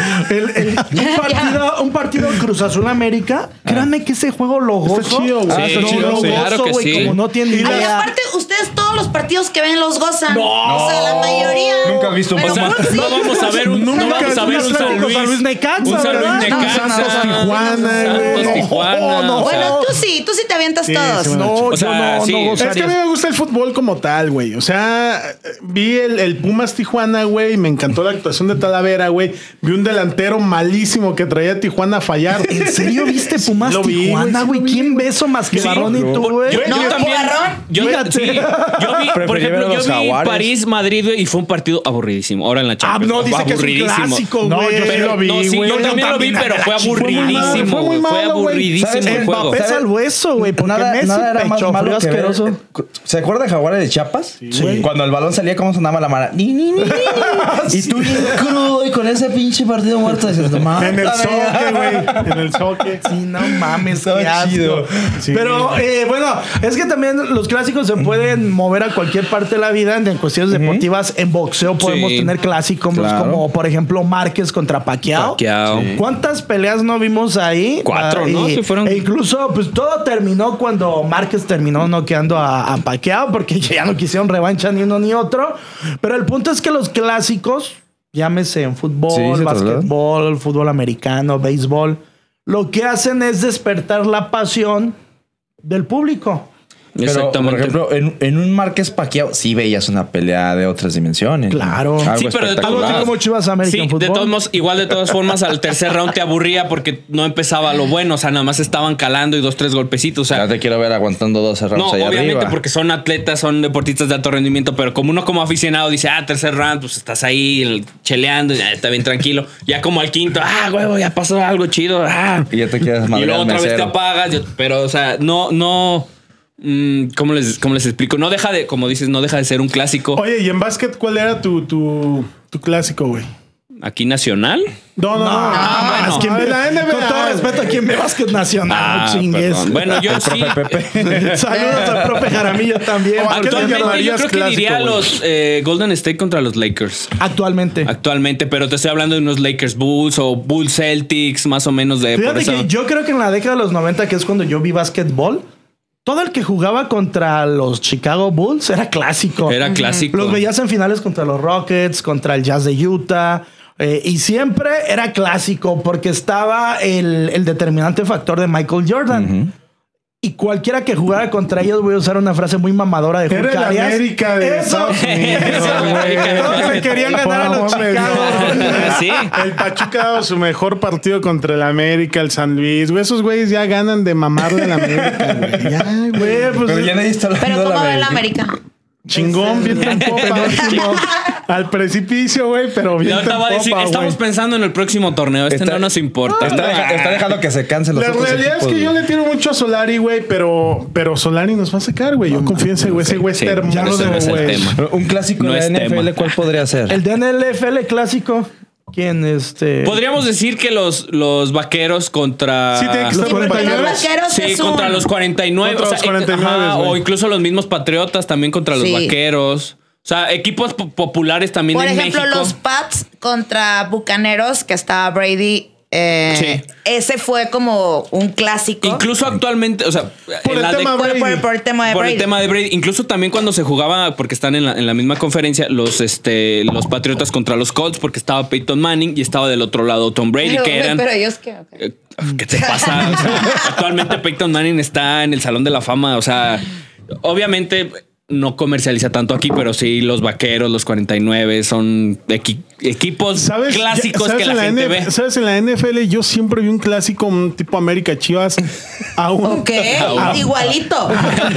A: un partido Cruz Azul América. Créanme que ese juego lo gozo.
E: Está chido, güey.
B: Está chido, claro que sí.
A: Como no tienen idea.
C: Y aparte, ustedes todos los partidos que ven los gozan. O sea, la mayoría.
D: Nunca has visto un
B: no vamos a ver un San Luis
A: Necaxa.
B: Un San Luis Necaxa.
E: Santos
B: Tijuana.
C: Bueno, tú sí te avientas todos.
A: No,
B: o sea,
A: no
E: es que a mí me gusta el fútbol como tal, güey. O sea, vi el Pumas Tijuana, güey. Me encantó la actuación de Talavera, güey. Vi un delantero malísimo que traía a Tijuana a fallar.
A: ¿En serio viste Pumas Tijuana, güey? ¿Quién ve eso más que Barrón y tú, güey?
B: Yo también. Yo vi, por ejemplo, París, Madrid, y fue un partido aburridísimo. Ahora en la Champions.
A: No, dice que es un clásico, güey.
E: Yo sí lo vi, güey.
B: Yo también lo vi, pero fue aburridísimo. Fue aburridísimo el juego.
A: Mbappé salvó eso, güey.
D: Nada era más malo que asqueroso. ¿Se acuerda de Jaguares de Chiapas? Sí. Cuando el balón salía, ¿cómo sonaba la mara? Y tú bien crudo y con ese pinche partido muerto. Dices,
E: en el soque, güey. En el soque.
A: Sí, no mames, qué chido. Sí. Pero, bueno, es que también los clásicos se pueden mover a cualquier parte de la vida en cuestiones deportivas. En boxeo podemos tener clásicos como, por ejemplo, Márquez contra Pacquiao.
B: Sí.
A: ¿Cuántas peleas no vimos ahí?
B: 4, ¿no?
A: E incluso, pues todo terminó cuando Márquez terminó noqueando a Pacquiao porque ya no quisieron revancha ni uno ni otro. Pero el punto es que los clásicos, llámese en fútbol, básquetbol, fútbol americano, béisbol, lo que hacen es despertar la pasión del público.
D: Pero, por ejemplo, en un Márquez Pacquiao sí veías una pelea de otras dimensiones.
A: Claro.
B: Sí, pero de todos modos,
A: como Chivas American Football.
B: De todos modos, igual de todas formas, al tercer round te aburría porque no empezaba lo bueno. O sea, nada más estaban calando y 2-3 golpecitos. O sea,
D: ya te quiero ver aguantando 12 rounds allá
B: obviamente,
D: arriba.
B: porque son atletas, son deportistas de alto rendimiento, pero como uno como aficionado dice, tercer round, pues estás ahí cheleando, ya está bien tranquilo. Ya como al quinto, huevo, ya pasó algo chido.
D: Y ya te quedas madre.
B: Y luego otra vez te apagas. Pero, o sea, no. ¿Cómo les explico? No deja de, como dices, no deja de ser un clásico.
E: Oye, ¿y en básquet cuál era tu clásico, güey?
B: ¿Aquí nacional?
E: No.
A: Bueno,
E: en la NBA.
A: Con todo respeto, aquí en básquet nacional. Chingues.
B: Bueno, yo sí.
A: Saludos al profe Jaramillo también.
B: Actualmente yo creo que diría los Golden State contra los Lakers. Actualmente, pero te estoy hablando de unos Lakers Bulls o Bulls Celtics, más o menos de...
A: Fíjate que yo creo que en la década de los 90, que es cuando yo vi básquetbol, todo el que jugaba contra los Chicago Bulls era clásico. Los veías en finales contra los Rockets, contra el Jazz de Utah. Y siempre era clásico porque estaba el determinante factor de Michael Jordan. Y cualquiera que jugara contra ellos, voy a usar una frase muy mamadora de Hulk
E: Arias. Era América de Estados Unidos.
A: Todos le querían ganar a los Chicago.
B: Sí.
E: El Pachuca ha dado su mejor partido contra el América, el San Luis. Güey, esos güeyes ya ganan de mamarle al América, güey. Ya, güey. Pues,
D: pero ya nadie está hablando
C: de la América. ¿Pero cómo va el América?
E: Chingón, bien en popa. Al precipicio, güey, pero bien en popa,
B: estamos pensando en el próximo torneo. No nos importa.
D: Está dejando que se canse los otros equipos. La realidad
E: es que yo le tiro mucho a Solari, güey, pero Solari nos va a sacar, güey. Yo confío en ese güey. Ese güey está hermoso, güey.
D: Un clásico de la NFL, ¿cuál podría ser?
A: El de NFL clásico. ¿Quién
B: Podríamos decir que los vaqueros contra...
E: Sí, tiene que estar
C: los vaqueros.
B: Sí, contra los 49.
E: Contra los 49,
B: o incluso los mismos Patriotas también contra los vaqueros. O sea, equipos populares también en México.
C: Por ejemplo, los Pats contra Bucaneros, que estaba Brady. Ese fue como un clásico.
B: Incluso actualmente, o sea,
C: por el tema de Brady.
B: Incluso también cuando se jugaba, porque están en la misma conferencia, los Patriotas contra los Colts, porque estaba Peyton Manning y estaba del otro lado Tom Brady,
C: pero ellos qué.
B: ¿Qué te pasa? O sea, actualmente Peyton Manning está en el Salón de la Fama. O sea, obviamente no comercializa tanto aquí, pero sí los vaqueros, los 49 son equipos clásicos que la gente ve.
E: ¿Sabes? En la NFL yo siempre vi un clásico, un tipo América Chivas.
C: Igualito.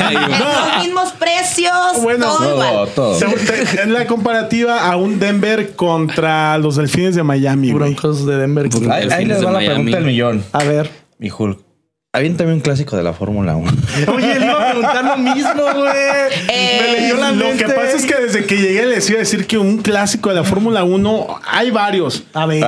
C: Los mismos precios, todo igual.
E: Todo. En la comparativa a un Denver contra los Delfines de Miami.
A: Broncos de Denver.
D: Ahí les va la pregunta del millón.
A: A ver.
D: Mi Hulk. Aviéntame un clásico de la Fórmula 1.
A: Oye, le iba a preguntar lo mismo, güey. Me leyó la mente.
E: Lo que pasa es que desde que llegué les iba a decir que un clásico de la Fórmula 1 hay varios.
A: A ver,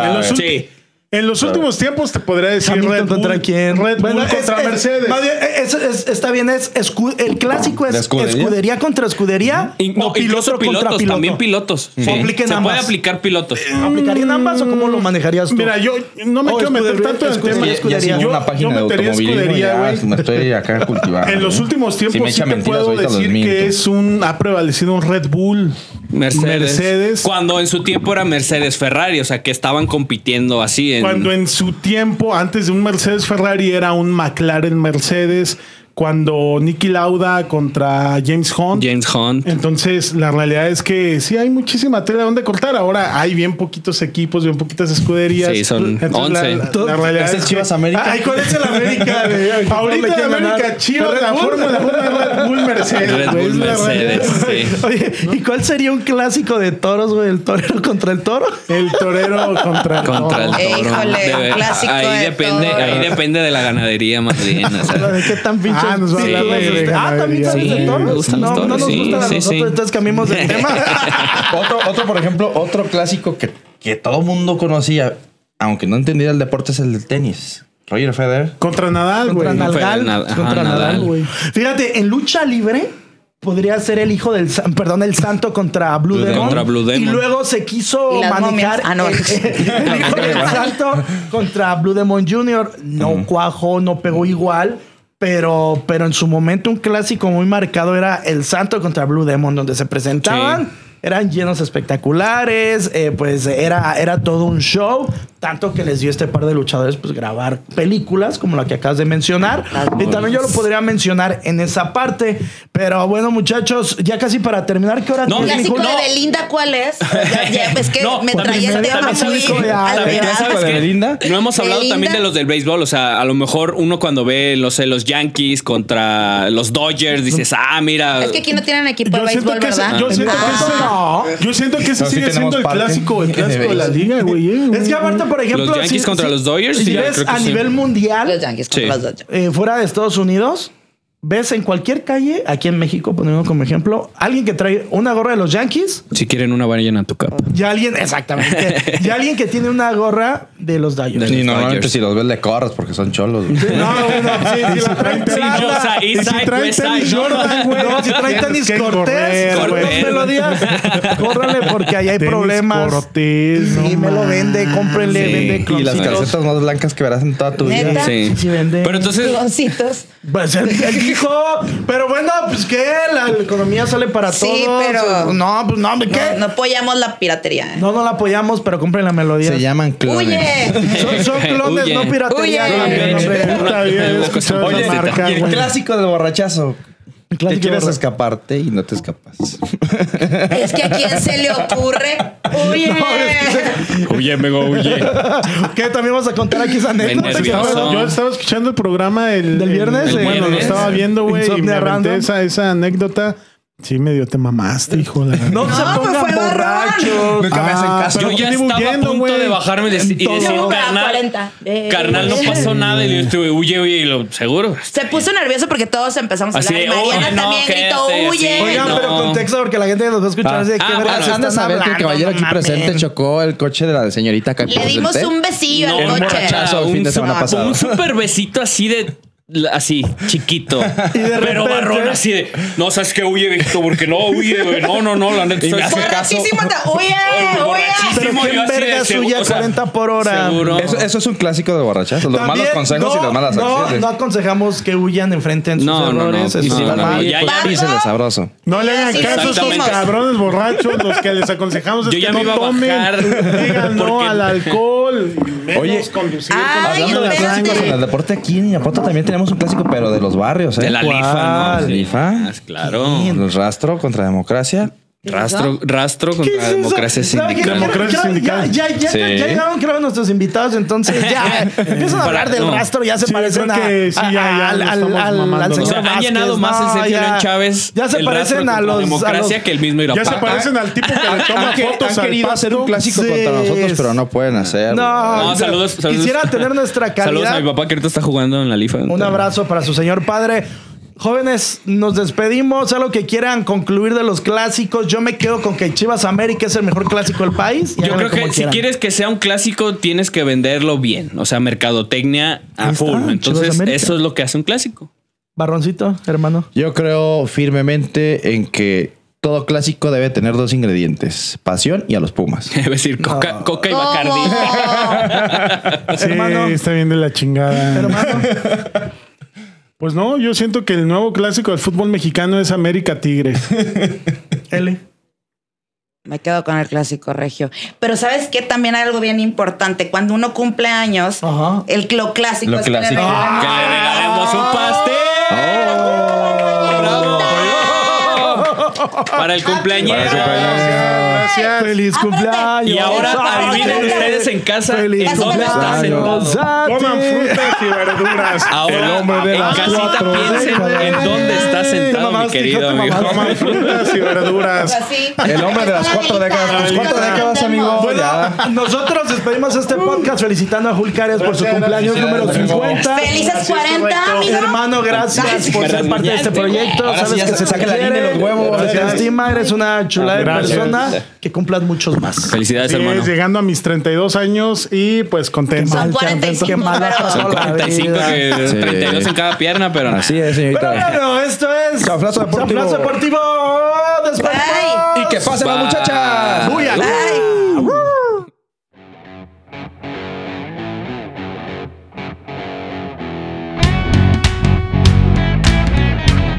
E: en los últimos tiempos te podría decir
A: Red Bull
E: contra quién. Red Bull contra Mercedes.
A: Está bien, el clásico es escudería contra escudería.
B: No, incluso pilotos, también pilotos.
A: Sí. Se
B: puede aplicar pilotos.
A: ¿Aplicarían ambas o cómo lo manejarías tú?
E: Mira, yo no me quiero meter tanto en el tema de escudería.
D: Yo metería escudería, güey. Me estoy acá cultivando.
E: En los últimos tiempos sí te puedo decir que ha prevalecido un Red Bull. Mercedes.
B: Cuando en su tiempo era Mercedes Ferrari, o sea, que estaban compitiendo así.
E: Cuando en su tiempo, antes de un Mercedes Ferrari, era un McLaren Mercedes. Cuando Niki Lauda contra James Hunt. Entonces, la realidad es que sí hay muchísima tela donde cortar. Ahora hay bien poquitos equipos, bien poquitas escuderías.
B: Sí, son 11.
E: La realidad es
D: Chivas América.
E: ¿Cuál es el América? Ahorita de América, Chivas, la Fórmula 1 Red Bull Mercedes.
B: Red Bull Mercedes, sí.
A: Oye, ¿y cuál sería un clásico de toros, güey? ¿El torero contra el toro?
E: El torero contra el toro.
C: Híjole, clásico
B: ahí depende de la ganadería más bien. O sea.
A: ¿De qué tan pinche?
E: Nos va a hablar de
A: también sabes de toros.
B: Me gustan los toros.
A: No nos gustan a nosotros, entonces cambiemos de tema.
D: Otro, por ejemplo, otro clásico que todo mundo conocía, aunque no entendiera el deporte, es el del tenis. Roger Federer.
E: Contra Nadal, güey.
A: Contra Nadal, güey. Fíjate, en lucha libre podría ser el hijo el santo contra Blue Demon. Y luego se quiso manejar el hijo del santo contra Blue Demon Jr. No cuajó, no pegó igual. Pero en su momento un clásico muy marcado era el Santo contra Blue Demon, donde se presentaban, eran llenos espectaculares, pues era todo un show. tanto que les dio este par de luchadores pues grabar películas como la que acabas de mencionar. Y también yo lo podría mencionar en esa parte. Pero bueno, muchachos, ya casi para terminar, ¿qué hora
C: tiene? ¿El clásico de Belinda cuál es? Es que me traía el tema
B: de Belinda. No hemos hablado también de los del béisbol. O sea, a lo mejor uno cuando ve los Yankees contra los Dodgers, dices, mira.
C: Es que aquí no tienen equipo de béisbol, ¿verdad?
E: Yo siento que ese sigue siendo el clásico de la liga, güey.
A: Es que aparte, por ejemplo,
B: los Yankees contra los Dodgers.
A: Si ves a nivel mundial,
C: los Yankees contra los Dodgers.
A: Fuera de Estados Unidos, ves en cualquier calle, aquí en México, poniendo como ejemplo, alguien que trae una gorra de los Yankees.
B: Si quieren una vayan a tu capa.
A: Ya alguien, exactamente. Ya alguien que tiene una gorra de los Dodgers.
D: Y normalmente si los ves le corres porque son cholos.
A: Sí, si la traen si traen tenis Cortés, Melodías, córrale porque ahí hay problemas.
E: Cortés,
A: sí, me lo vende, cómprenle, vende cloncitos.
D: Y las calcetas más blancas que verás en toda tu vida.
A: Sí vende.
B: Pero entonces...
C: Cloncitos.
A: Pues él dijo, pero bueno, pues que la economía sale para todos.
C: Sí, pero...
A: No, pues no, ¿qué?
C: No apoyamos la piratería.
A: No la apoyamos, pero compren la melodía.
D: Se llaman clones.
C: ¡Huye!
A: Son clones, no piratería.
D: Oye, y el clásico del borrachazo. Te quieres escaparte y no te escapas.
C: Es que a quién se le ocurre. Huye.
B: Huye, Mego, huye.
A: ¿Qué? También vamos a contar aquí esa anécdota.
E: Yo estaba escuchando el programa del
A: viernes.
E: Bueno, lo estaba viendo, güey, y me aventé esa anécdota. Sí, medio te mamaste, hijo de la...
A: No se pongan borrachos.
D: Nunca me hacen caso.
B: Yo ya estaba a punto de bajarme y decir, carnal, no pasó nada. Y le dije, huye, seguro.
C: Se puso nervioso porque todos empezamos a hablar. Y Mariana también gritó, huye.
A: Oigan, pero contexto porque la gente nos va a escuchar.
D: Han de saber que el caballero aquí presente chocó el coche de la señorita acá.
C: Le dimos un besillo al coche.
D: Un borrachazo el fin de semana pasado.
B: Un súper besito así de... Así, chiquito. Pero barrón, así de... No, ¿sabes qué? Huye, Víctor, porque no, huye, güey. No, la neta.
C: Borrachísimo, huye.
A: Borrachísimo. Pero qué verga suya, 40 por hora.
B: Seguro.
D: Eso es un clásico de borrachazos. Los malos consejos y las malas acciones.
A: No aconsejamos que huyan, enfrenten sus errores.
D: Y si van a huir, písenle sabroso.
E: No le hagan caso a esos cabrones borrachos. Los que les aconsejamos es que no tomen. Digan no al alcohol.
D: Oye, hablando de clásicos en el deporte aquí en Irapuato también tenemos un clásico, pero de los barrios, ¿eh?
B: De la Lifa, ¿no?
D: ¿Lifa?
B: Claro.
D: El rastro contra democracia.
B: Rastro contra democracia sindical.
E: Democracia sindical.
A: Ya llegaron, creo, nuestros invitados, entonces ya empiezan a hablar del rastro, ya se parecen al señor.
B: O sea, han llenado más el Sergio León Chávez.
A: Ya se parecen a los
B: democracia que el mismo Irapuato.
E: Ya se parecen al tipo que le toma fotos
D: han querido hacer un clásico contra nosotros, pero no pueden hacerlo.
A: No,
B: saludos.
A: Quisiera tener nuestra calidad.
B: Saludos a mi papá que ahorita está jugando en la Lifa.
A: Un abrazo para su señor padre. Jóvenes, nos despedimos. Algo que quieran concluir de los clásicos. Yo me quedo con que Chivas América es el mejor clásico del país.
B: Yo creo que si quieres que sea un clásico, tienes que venderlo bien. O sea, mercadotecnia a full. Entonces, eso es lo que hace un clásico.
A: Barroncito, hermano.
D: Yo creo firmemente en que todo clásico debe tener dos ingredientes: pasión y a los Pumas.
B: Debe decir Coca y Bacardi.
E: Sí, hermano, está bien de la chingada.
A: Hermano.
E: Pues no, yo siento que el nuevo clásico del fútbol mexicano es América Tigres.
A: L.
C: Me quedo con el clásico regio. Pero ¿sabes qué? También hay algo bien importante. Cuando uno cumple años, lo clásico es que le
B: regalemos un pastel. Para el cumpleañero.
E: Gracias.
A: Feliz cumpleaños.
B: Y ahora adivinen ustedes en casa en dónde está sentado.
E: Coman frutas y verduras.
B: Ahora
E: el hombre de
B: en
E: las
B: casita piensen en dónde está sentado, mi querido amigo.
E: Coman frutas y verduras.
D: El hombre de las 4 décadas. 4 décadas, amigo.
A: Bueno, nosotros despedimos este podcast felicitando a Julcares por su cumpleaños número 50.
C: ¡Felices 40, amigo!
A: Hermano, gracias por ser parte de este proyecto.
D: Ahora
A: Sabes que se
D: saque la línea de los huevos.
A: Te estima, eres una chulada de persona. Que cumplas muchos más.
B: Felicidades, hermano.
E: Llegando a mis 32 años y pues contento.
C: Son 45.
A: Qué mal
B: Son 45, que 32 en cada pierna, pero
D: así es, señorita.
A: Bueno, esto es
D: Chanflazo Deportivo.
A: Chanflazo Deportivo.
D: Y que pasen las muchachas.
A: Bye.